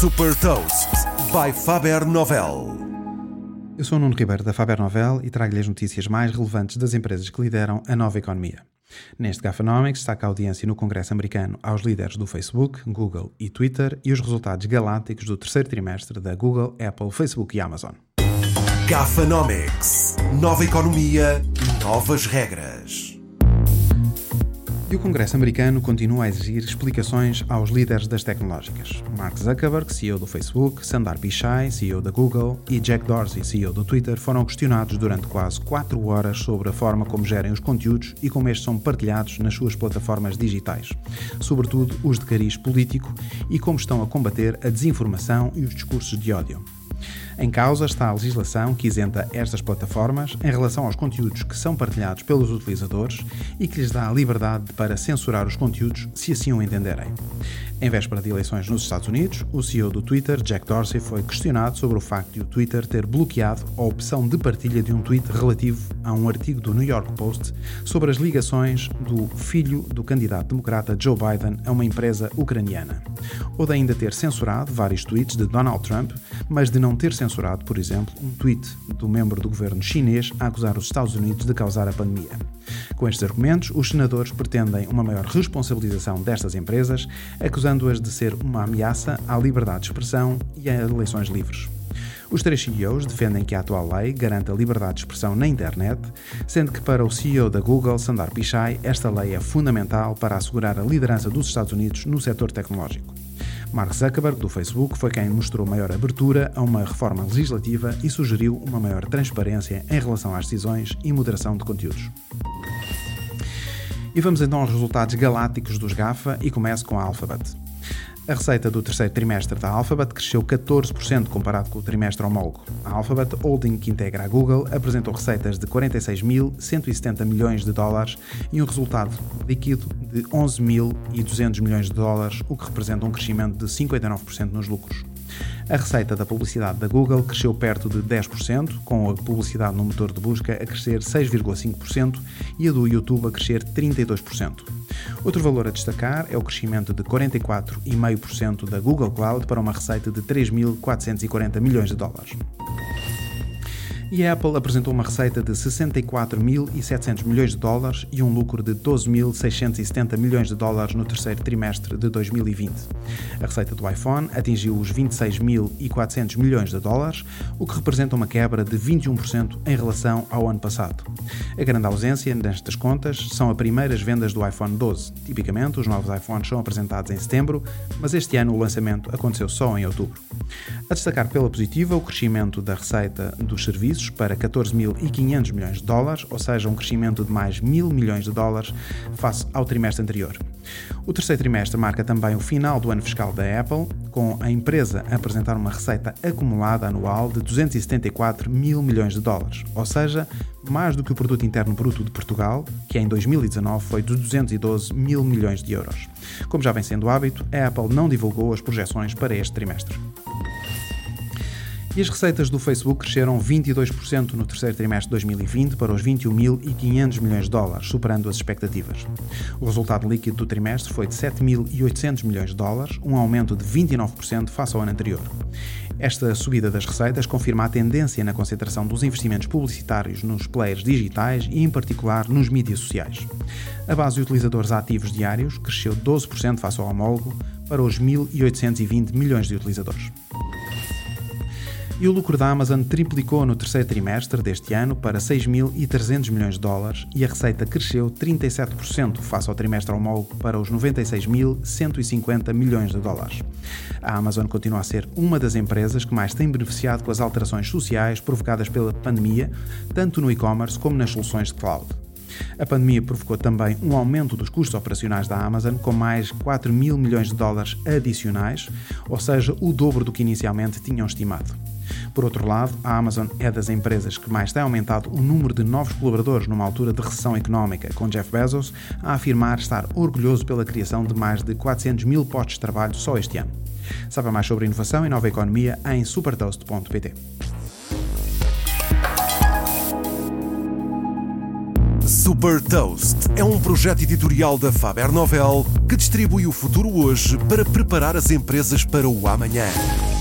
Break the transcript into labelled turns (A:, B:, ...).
A: Super Toast by Faber Novel.
B: Eu sou o Nuno Ribeiro da Faber Novel e trago-lhe as notícias mais relevantes das empresas que lideram a nova economia. Neste Gafanomics destaca a audiência no Congresso americano aos líderes do Facebook, Google e Twitter e os resultados galácticos do terceiro trimestre da Google, Apple, Facebook e Amazon.
A: Gafanomics. Nova economia, novas regras.
B: E o Congresso americano continua a exigir explicações aos líderes das tecnológicas. Mark Zuckerberg, CEO do Facebook, Sundar Pichai, CEO da Google, e Jack Dorsey, CEO do Twitter, foram questionados durante quase 4 horas sobre a forma como gerem os conteúdos e como estes são partilhados nas suas plataformas digitais, sobretudo os de cariz político, e como estão a combater a desinformação e os discursos de ódio. Em causa está a legislação que isenta estas plataformas em relação aos conteúdos que são partilhados pelos utilizadores e que lhes dá a liberdade para censurar os conteúdos se assim o entenderem. Em véspera de eleições nos Estados Unidos, o CEO do Twitter, Jack Dorsey, foi questionado sobre o facto de o Twitter ter bloqueado a opção de partilha de um tweet relativo a um artigo do New York Post sobre as ligações do filho do candidato democrata Joe Biden a uma empresa ucraniana, ou de ainda ter censurado vários tweets de Donald Trump, mas de não ter censurado, por exemplo, um tweet do membro do governo chinês a acusar os Estados Unidos de causar a pandemia. Com estes argumentos, os senadores pretendem uma maior responsabilização destas empresas, acusando-as de ser uma ameaça à liberdade de expressão e a eleições livres. Os 3 CEOs defendem que a atual lei garanta a liberdade de expressão na internet, sendo que para o CEO da Google, Sundar Pichai, esta lei é fundamental para assegurar a liderança dos Estados Unidos no setor tecnológico. Mark Zuckerberg, do Facebook, foi quem mostrou maior abertura a uma reforma legislativa e sugeriu uma maior transparência em relação às decisões e moderação de conteúdos. E vamos então aos resultados galácticos dos GAFA e começo com a Alphabet. A receita do terceiro trimestre da Alphabet cresceu 14% comparado com o trimestre homólogo. A Alphabet Holding, que integra a Google, apresentou receitas de 46.170 milhões de dólares e um resultado líquido de 11.200 milhões de dólares, o que representa um crescimento de 59% nos lucros. A receita da publicidade da Google cresceu perto de 10%, com a publicidade no motor de busca a crescer 6,5% e a do YouTube a crescer 32%. Outro valor a destacar é o crescimento de 44,5% da Google Cloud para uma receita de 3.440 milhões de dólares. E a Apple apresentou uma receita de 64.700 milhões de dólares e um lucro de 12.670 milhões de dólares no terceiro trimestre de 2020. A receita do iPhone atingiu os 26.400 milhões de dólares, o que representa uma quebra de 21% em relação ao ano passado. A grande ausência nestas contas são as primeiras vendas do iPhone 12. Tipicamente, os novos iPhones são apresentados em setembro, mas este ano o lançamento aconteceu só em outubro. A destacar pela positiva o crescimento da receita dos serviços para 14.500 milhões de dólares, ou seja, um crescimento de mais 1.000 milhões de dólares face ao trimestre anterior. O terceiro trimestre marca também o final do ano fiscal da Apple, com a empresa a apresentar uma receita acumulada anual de 274 mil milhões de dólares, ou seja, mais do que o produto interno bruto de Portugal, que em 2019 foi de 212 mil milhões de euros. Como já vem sendo hábito, a Apple não divulgou as projeções para este trimestre. E as receitas do Facebook cresceram 22% no terceiro trimestre de 2020 para os 21.500 milhões de dólares, superando as expectativas. O resultado líquido do trimestre foi de 7.800 milhões de dólares, um aumento de 29% face ao ano anterior. Esta subida das receitas confirma a tendência na concentração dos investimentos publicitários nos players digitais e, em particular, nos mídias sociais. A base de utilizadores ativos diários cresceu 12% face ao homólogo para os 1.820 milhões de utilizadores. E o lucro da Amazon triplicou no terceiro trimestre deste ano para 6.300 milhões de dólares e a receita cresceu 37% face ao trimestre homólogo para os 96.150 milhões de dólares. A Amazon continua a ser uma das empresas que mais tem beneficiado com as alterações sociais provocadas pela pandemia, tanto no e-commerce como nas soluções de cloud. A pandemia provocou também um aumento dos custos operacionais da Amazon com mais 4.000 milhões de dólares adicionais, ou seja, o dobro do que inicialmente tinham estimado. Por outro lado, a Amazon é das empresas que mais tem aumentado o número de novos colaboradores numa altura de recessão económica, com Jeff Bezos a afirmar estar orgulhoso pela criação de mais de 400 mil postos de trabalho só este ano. Saiba mais sobre inovação e nova economia em supertoast.pt.
A: Super Toast é um projeto editorial da Faber Novel que distribui o futuro hoje para preparar as empresas para o amanhã.